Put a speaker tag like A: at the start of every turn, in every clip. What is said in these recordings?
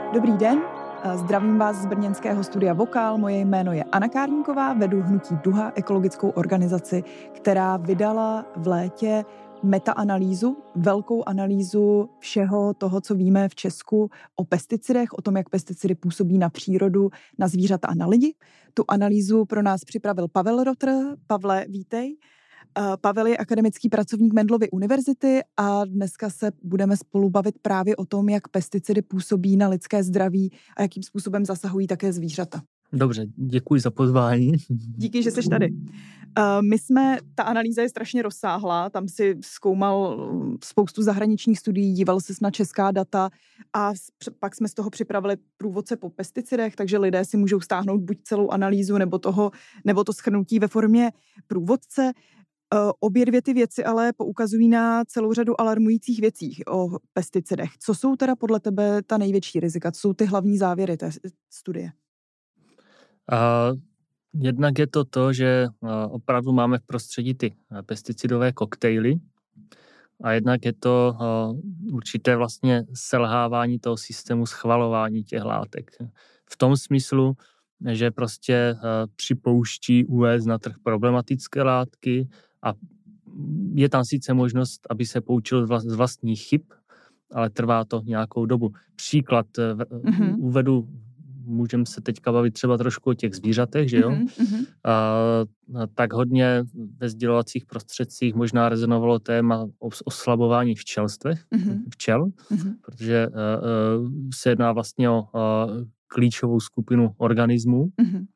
A: Dobrý den, zdravím vás z brněnského studia Vokál. Moje jméno je Anna Kárníková, vedu hnutí Duha, ekologickou organizaci, která vydala v létě metaanalýzu, velkou analýzu všeho toho, co víme v Česku o pesticidech, o tom, jak pesticidy působí na přírodu, na zvířata a na lidi. Tu analýzu pro nás připravil Pavel Rotr. Pavle, vítej. Pavel je akademický pracovník Mendelovy univerzity a dneska se budeme spolu bavit právě o tom, jak pesticidy působí na lidské zdraví a jakým způsobem zasahují také zvířata.
B: Dobře, děkuji za pozvání.
A: Díky, že jsi tady. Ta analýza je strašně rozsáhlá, tam si zkoumal spoustu zahraničních studií, díval ses na česká data a pak jsme z toho připravili průvodce po pesticidech, takže lidé si můžou stáhnout buď celou analýzu nebo to shrnutí ve formě průvodce. Obě dvě ty věci ale poukazují na celou řadu alarmujících věcí o pesticidech. Co jsou teda podle tebe ta největší rizika? Co jsou ty hlavní závěry té studie?
B: Jednak je to, že opravdu máme v prostředí ty pesticidové koktejly a jednak je to určité vlastně selhávání toho systému schvalování těch látek. V tom smyslu, že prostě připouští uvést na trh problematické látky a je tam sice možnost, aby se poučil z vlastních chyb, ale trvá to nějakou dobu. Příklad uvedu, můžeme se teďka bavit třeba trošku o těch zvířatech, že jo? Tak hodně ve sdělovacích prostředcích možná rezonovalo téma oslabování včel, protože se jedná vlastně o klíčovou skupinu organismů.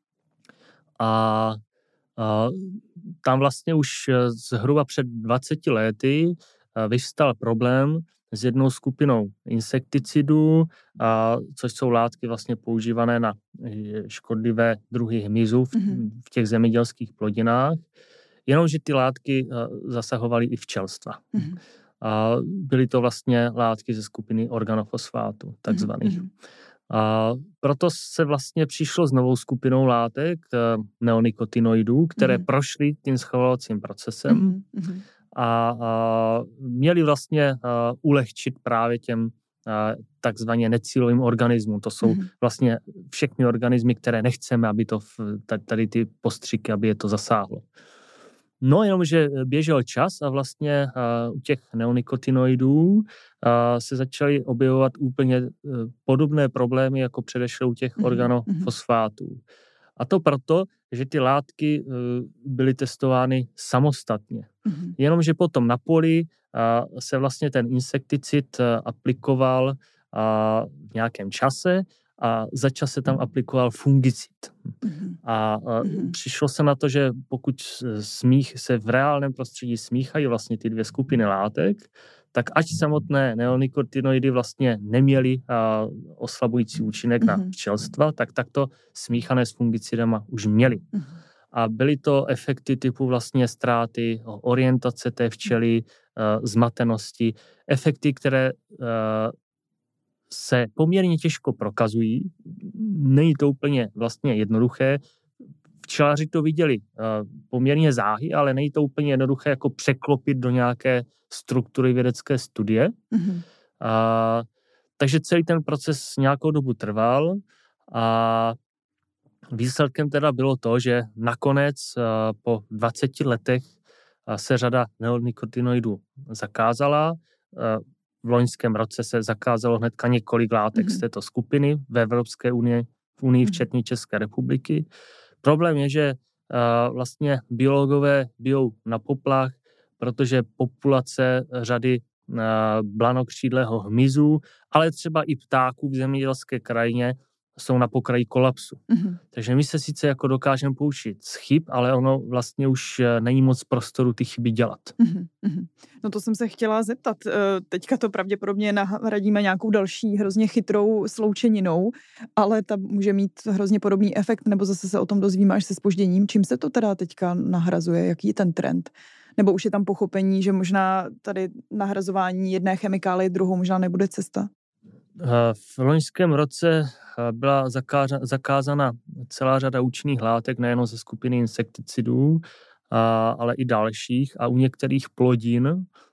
B: A tam vlastně už zhruba před 20 lety vyvstal problém s jednou skupinou insekticidů, což jsou látky vlastně používané na škodlivé druhy hmyzu v těch zemědělských plodinách, jenomže ty látky zasahovaly i včelstva. Byly to vlastně látky ze skupiny organofosfátu, takzvaných. A proto se vlastně přišlo s novou skupinou látek, neonikotinoidů, které prošly tím schvalovacím procesem a měly vlastně ulehčit právě těm takzvaně necílovým organismům. To jsou vlastně všechny organismy, které nechceme, aby to tady ty postřiky, aby je to zasáhlo. No, jenomže běžel čas a vlastně u těch neonikotinoidů se začaly objevovat úplně podobné problémy, jako předešlo u těch organofosfátů. A to proto, že ty látky byly testovány samostatně. Jenomže potom na poli se vlastně ten insekticid aplikoval v nějakém čase a za čas se tam aplikoval fungicid. A přišlo se na to, že pokud se v reálném prostředí smíchají vlastně ty dvě skupiny látek, tak ať samotné neonikotinoidy vlastně neměly oslabující účinek na včelstva, tak takto smíchané s fungicidama už měly. A byly to efekty typu vlastně ztráty orientace té včely, zmatenosti, efekty, které se poměrně těžko prokazují. Není to úplně vlastně jednoduché. Včelaři to viděli poměrně záhy, ale není to úplně jednoduché jako překlopit do nějaké struktury vědecké studie. Takže celý ten proces nějakou dobu trval a výsledkem teda bylo to, že nakonec po 20 letech se řada neonikotinoidů zakázala. V loňském roce se zakázalo hnedka několik látek z této skupiny v Evropské unii, včetně České republiky. Problém je, že vlastně biologové bijou na poplach, protože populace řady blanokřídlého hmyzu, ale třeba i ptáků v zemědělské krajině jsou na pokraji kolapsu. Takže my se sice jako dokážeme poučit z chyb, ale ono vlastně už není moc prostoru ty chyby dělat.
A: No to jsem se chtěla zeptat. Teďka to pravděpodobně nahradíme nějakou další hrozně chytrou sloučeninou, ale ta může mít hrozně podobný efekt, nebo zase se o tom dozvíme až se zpožděním. Čím se to teda teďka nahrazuje? Jaký je ten trend? Nebo už je tam pochopení, že možná tady nahrazování jedné chemikálie druhou možná nebude cesta?
B: V loňském roce byla zakázána celá řada účinných látek, nejenom ze skupiny insekticidů, ale i dalších. A u některých plodin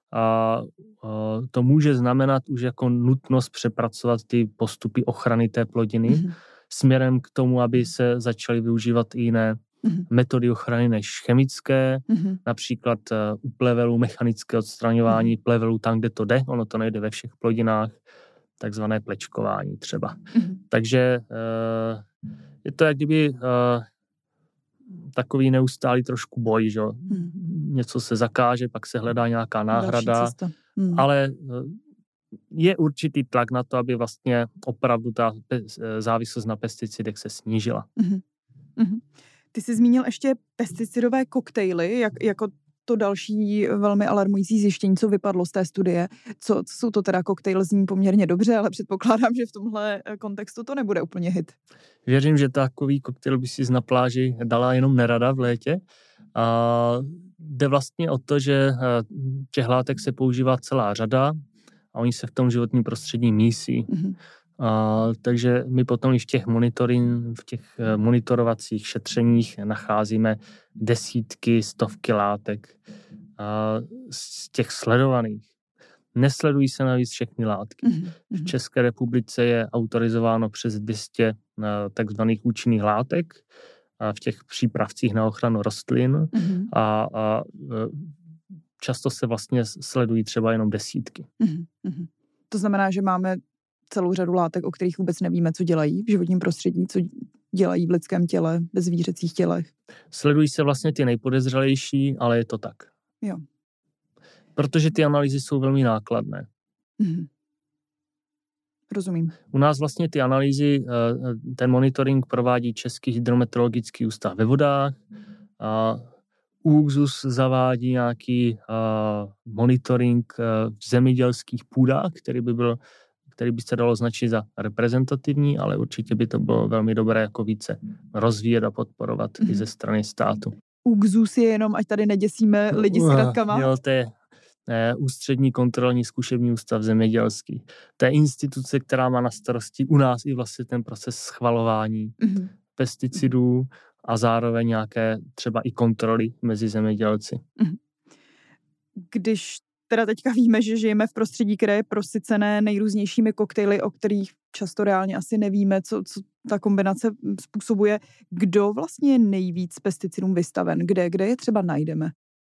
B: a to může znamenat už jako nutnost přepracovat ty postupy ochrany té plodiny směrem k tomu, aby se začaly využívat i jiné metody ochrany než chemické, například u plevelu mechanické odstraňování plevelu tam, kde to jde, ono to nejde ve všech plodinách, takzvané plečkování třeba. Takže je to jak kdyby takový neustálý trošku boj, že? Něco se zakáže, pak se hledá nějaká náhrada, ale je určitý tlak na to, aby vlastně opravdu ta závislost na pesticidech se snížila.
A: Ty jsi zmínil ještě pesticidové koktejly, jako to další velmi alarmující zjištění, co vypadlo z té studie. Co jsou to teda koktejly, zní poměrně dobře, ale předpokládám, že v tomhle kontextu to nebude úplně hit.
B: Věřím, že takový koktejl by si na pláži dala jenom nerada v létě. A jde vlastně o to, že těch látek se používá celá řada a oni se v tom životním prostředí mísí. Takže my potom i v těch monitorovacích šetřeních nacházíme desítky, stovky látek z těch sledovaných. Nesledují se navíc všechny látky. V České republice je autorizováno přes 200 takzvaných účinných látek v těch přípravcích na ochranu rostlin a často se vlastně sledují třeba jenom desítky.
A: To znamená, že máme celou řadu látek, o kterých vůbec nevíme, co dělají v životním prostředí, co dělají v lidském těle, ve zvířecích tělech.
B: Sledují se vlastně ty nejpodezřelejší, ale je to tak.
A: Jo.
B: Protože ty analýzy jsou velmi nákladné.
A: Rozumím.
B: U nás vlastně ty analýzy, ten monitoring provádí Český hydrometeorologický ústav ve vodách. ÚKZÚZ zavádí nějaký monitoring v zemědělských půdách, který by se dalo označit za reprezentativní, ale určitě by to bylo velmi dobré jako více rozvíjet a podporovat i ze strany státu.
A: ÚKZÚZ je jenom, ať tady neděsíme lidi s kratkama.
B: Jo, to je Ústřední kontrolní zkušební ústav zemědělský. To je instituce, která má na starosti u nás i vlastně ten proces schvalování pesticidů a zároveň nějaké třeba i kontroly mezi zemědělci.
A: Když teda teďka víme, že žijeme v prostředí, které je prosycené nejrůznějšími koktejly, o kterých často reálně asi nevíme, co ta kombinace způsobuje. Kdo vlastně je nejvíc pesticidům vystaven? Kde je třeba najdeme?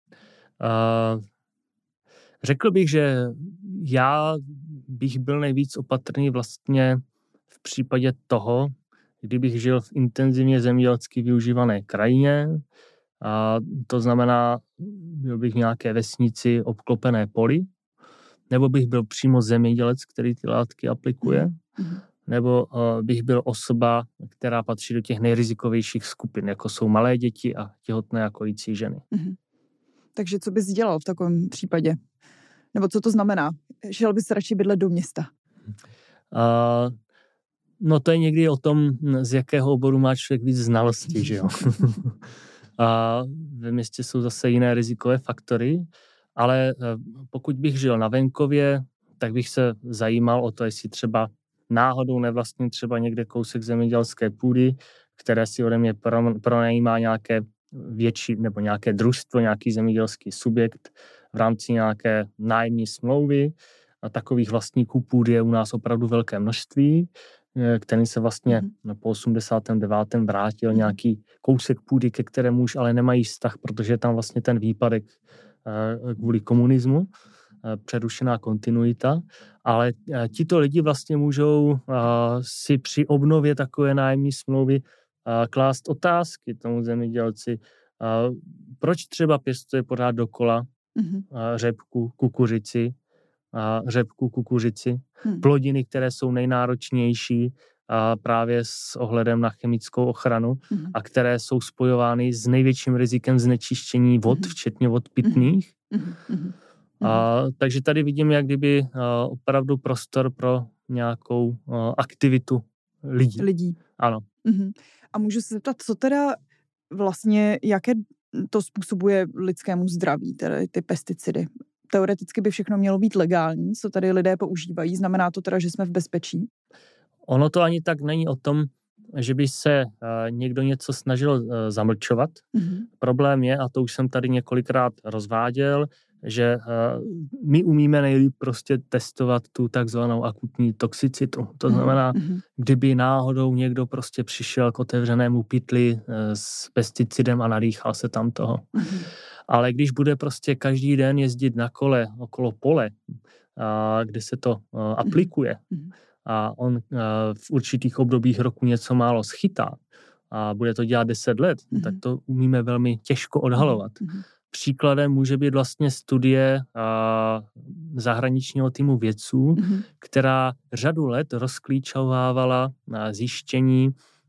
B: Řekl bych, že já bych byl nejvíc opatrný vlastně v případě toho, kdybych žil v intenzivně zemědělsky využívané krajině, a to znamená, byl bych v nějaké vesnici obklopené poli, nebo bych byl přímo zemědělec, který ty látky aplikuje, nebo bych byl osoba, která patří do těch nejrizikovějších skupin, jako jsou malé děti a těhotné a kojící ženy.
A: Takže co bys dělal v takovém případě? Nebo co to znamená? Šel bys radši bydlet do města?
B: No to je někdy o tom, z jakého oboru má člověk víc znalostí, že jo? A ve městě jsou zase jiné rizikové faktory, ale pokud bych žil na venkově, tak bych se zajímal o to, jestli třeba náhodou nevlastním třeba někde kousek zemědělské půdy, které si ode mě pronajímá nějaké větší nebo nějaké družstvo, nějaký zemědělský subjekt v rámci nějaké nájemní smlouvy. A takových vlastníků půdy je u nás opravdu velké množství, který se vlastně po 89. vrátil nějaký kousek půdy, ke kterému už ale nemají vztah, protože je tam vlastně ten výpadek kvůli komunismu, přerušená kontinuita, ale tito lidi vlastně můžou si při obnově takové nájemní smlouvy klást otázky tomu zemědělci, proč třeba pěstuje pořád dokola řepku, kukuřici, plodiny, které jsou nejnáročnější právě s ohledem na chemickou ochranu a které jsou spojovány s největším rizikem znečištění vod, včetně vod pitných. Takže tady vidím, jak kdyby opravdu prostor pro nějakou aktivitu lidí. Ano.
A: A můžu se zeptat, co teda vlastně, jaké to způsobuje lidskému zdraví, tedy ty pesticidy? Teoreticky by všechno mělo být legální, co tady lidé používají. Znamená to teda, že jsme v bezpečí?
B: Ono to ani tak není o tom, že by se někdo něco snažil zamlčovat. Problém je, a to už jsem tady několikrát rozváděl, že my umíme nejlíp prostě testovat tu takzvanou akutní toxicitu. To znamená, kdyby náhodou někdo prostě přišel k otevřenému pytli s pesticidem a nadýchal se tam toho. Ale když bude prostě každý den jezdit na kole okolo pole, kde se to aplikuje a on v určitých obdobích roku něco málo schytá a bude to dělat 10 let, tak to umíme velmi těžko odhalovat. Příkladem může být vlastně studie zahraničního týmu vědců, která řadu let rozklíčovávala zjištění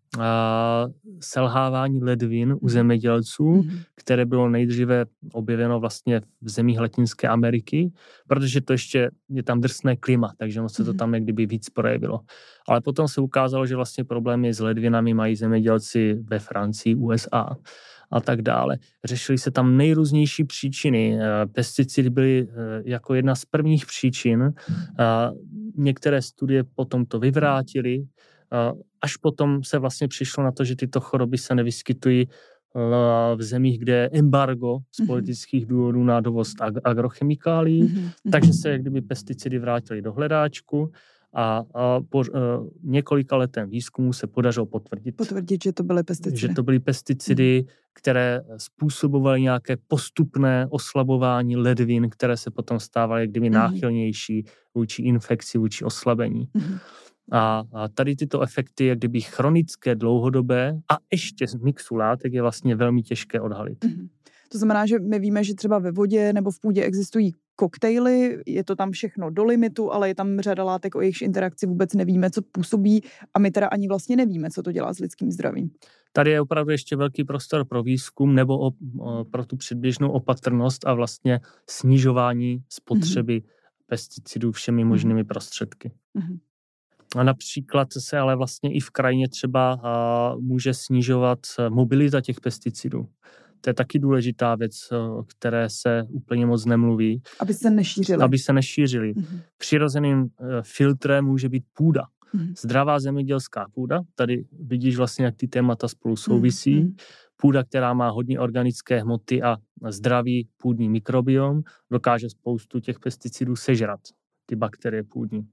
B: selhávání ledvin u zemědělců, které bylo nejdříve objeveno vlastně v zemích Latinské Ameriky, protože to ještě je tam drsné klima, takže se to tam někdy víc projevilo. Ale potom se ukázalo, že vlastně problémy s ledvinami mají zemědělci ve Francii, USA a tak dále. Řešily se tam nejrůznější příčiny. Pesticidy byly jako jedna z prvních příčin. Některé studie potom to vyvrátily. Až potom se vlastně přišlo na to, že tyto choroby se nevyskytují v zemích, kde je embargo z politických důvodů na dovoz agrochemikálií, takže se jak kdyby pesticidy vrátily do hledáčku a po několika letém výzkumu se podařilo potvrdit,
A: že to byly pesticidy.
B: Že to byly pesticidy, které způsobovaly nějaké postupné oslabování ledvin, které se potom stávaly jak kdyby náchylnější vůči infekci, vůči oslabení. A tady tyto efekty, jak kdyby chronické, dlouhodobé a ještě z mixu látek je vlastně velmi těžké odhalit.
A: To znamená, že my víme, že třeba ve vodě nebo v půdě existují koktejly, je to tam všechno do limitu, ale je tam řada látek, o jejichž interakci vůbec nevíme, co působí a my teda ani vlastně nevíme, co to dělá s lidským zdravím.
B: Tady je opravdu ještě velký prostor pro výzkum nebo pro tu předběžnou opatrnost a vlastně snižování spotřeby pesticidů všemi možnými prostředky. A například se ale vlastně i v krajině třeba může snižovat mobilita těch pesticidů. To je taky důležitá věc, o které se úplně moc nemluví. Aby se nešířily. Přirozeným filtrem může být půda. Zdravá zemědělská půda. Tady vidíš vlastně, jak ty témata spolu souvisí. Půda, která má hodně organické hmoty a zdravý půdní mikrobiom, dokáže spoustu těch pesticidů sežrat, ty bakterie půdní.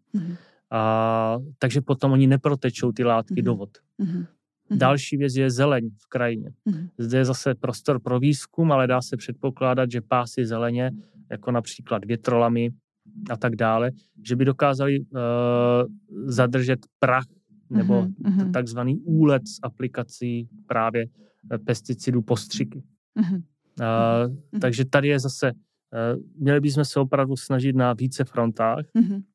B: Takže potom oni neprotečou ty látky do vod. Další věc je zeleň v krajině. Zde je zase prostor pro výzkum, ale dá se předpokládat, že pásy zeleně, jako například větrolamy a tak dále, že by dokázali zadržet prach nebo takzvaný úlet z aplikací právě pesticidů postřiky. Takže tady je zase, měli bychom se opravdu snažit na více frontách,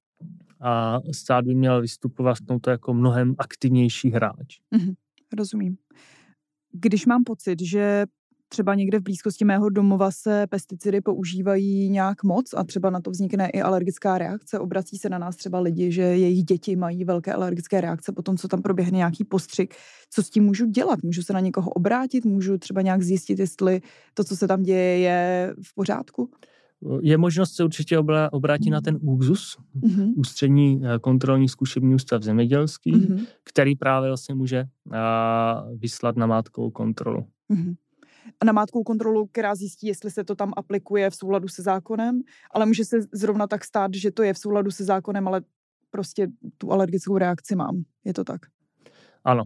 B: a stát by měl vystupovat v tomto jako mnohem aktivnější hráč.
A: Rozumím. Když mám pocit, že třeba někde v blízkosti mého domova se pesticidy používají nějak moc a třeba na to vznikne i alergická reakce, obrací se na nás třeba lidi, že jejich děti mají velké alergické reakce po tom, co tam proběhne nějaký postřik. Co s tím můžu dělat? Můžu se na někoho obrátit? Můžu třeba nějak zjistit, jestli to, co se tam děje, je v pořádku?
B: Je možnost se určitě obrátit na ten ÚKZÚZ, Ústřední kontrolní zkušební ústav zemědělský, který právě vlastně může vyslat namátkovou kontrolu.
A: A namátkovou kontrolu, která zjistí, jestli se to tam aplikuje v souladu se zákonem, ale může se zrovna tak stát, že to je v souladu se zákonem, ale prostě tu alergickou reakci mám. Je to tak?
B: Ano.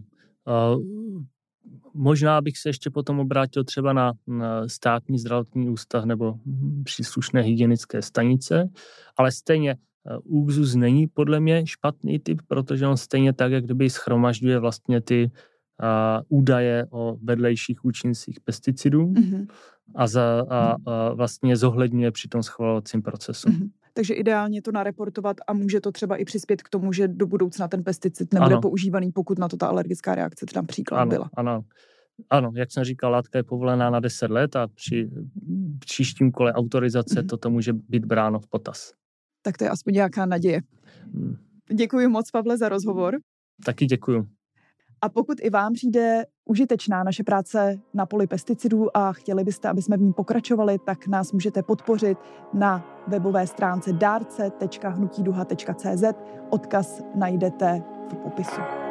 B: Možná bych se ještě potom obrátil třeba na státní zdravotní ústav nebo příslušné hygienické stanice, ale stejně ÚKZÚZ není podle mě špatný typ, protože on stejně tak, jak kdyby shromažďuje vlastně ty údaje o vedlejších účincích pesticidů a vlastně zohledňuje při tom schvalovacím procesu.
A: Takže ideálně to nareportovat a může to třeba i přispět k tomu, že do budoucna ten pesticid nebude používaný, pokud na to ta alergická reakce tam příklad byla.
B: Ano, jak jsem říkal, látka je povolená na 10 let a při příštím kole autorizace toto může být bráno v potaz.
A: Tak to je aspoň nějaká naděje. Děkuji moc, Pavle, za rozhovor.
B: Taky děkuju.
A: A pokud i vám přijde užitečná naše práce na poli pesticidů a chtěli byste, aby jsme v ní pokračovali, tak nás můžete podpořit na webové stránce darce.hnutiduha.cz. Odkaz najdete v popisu.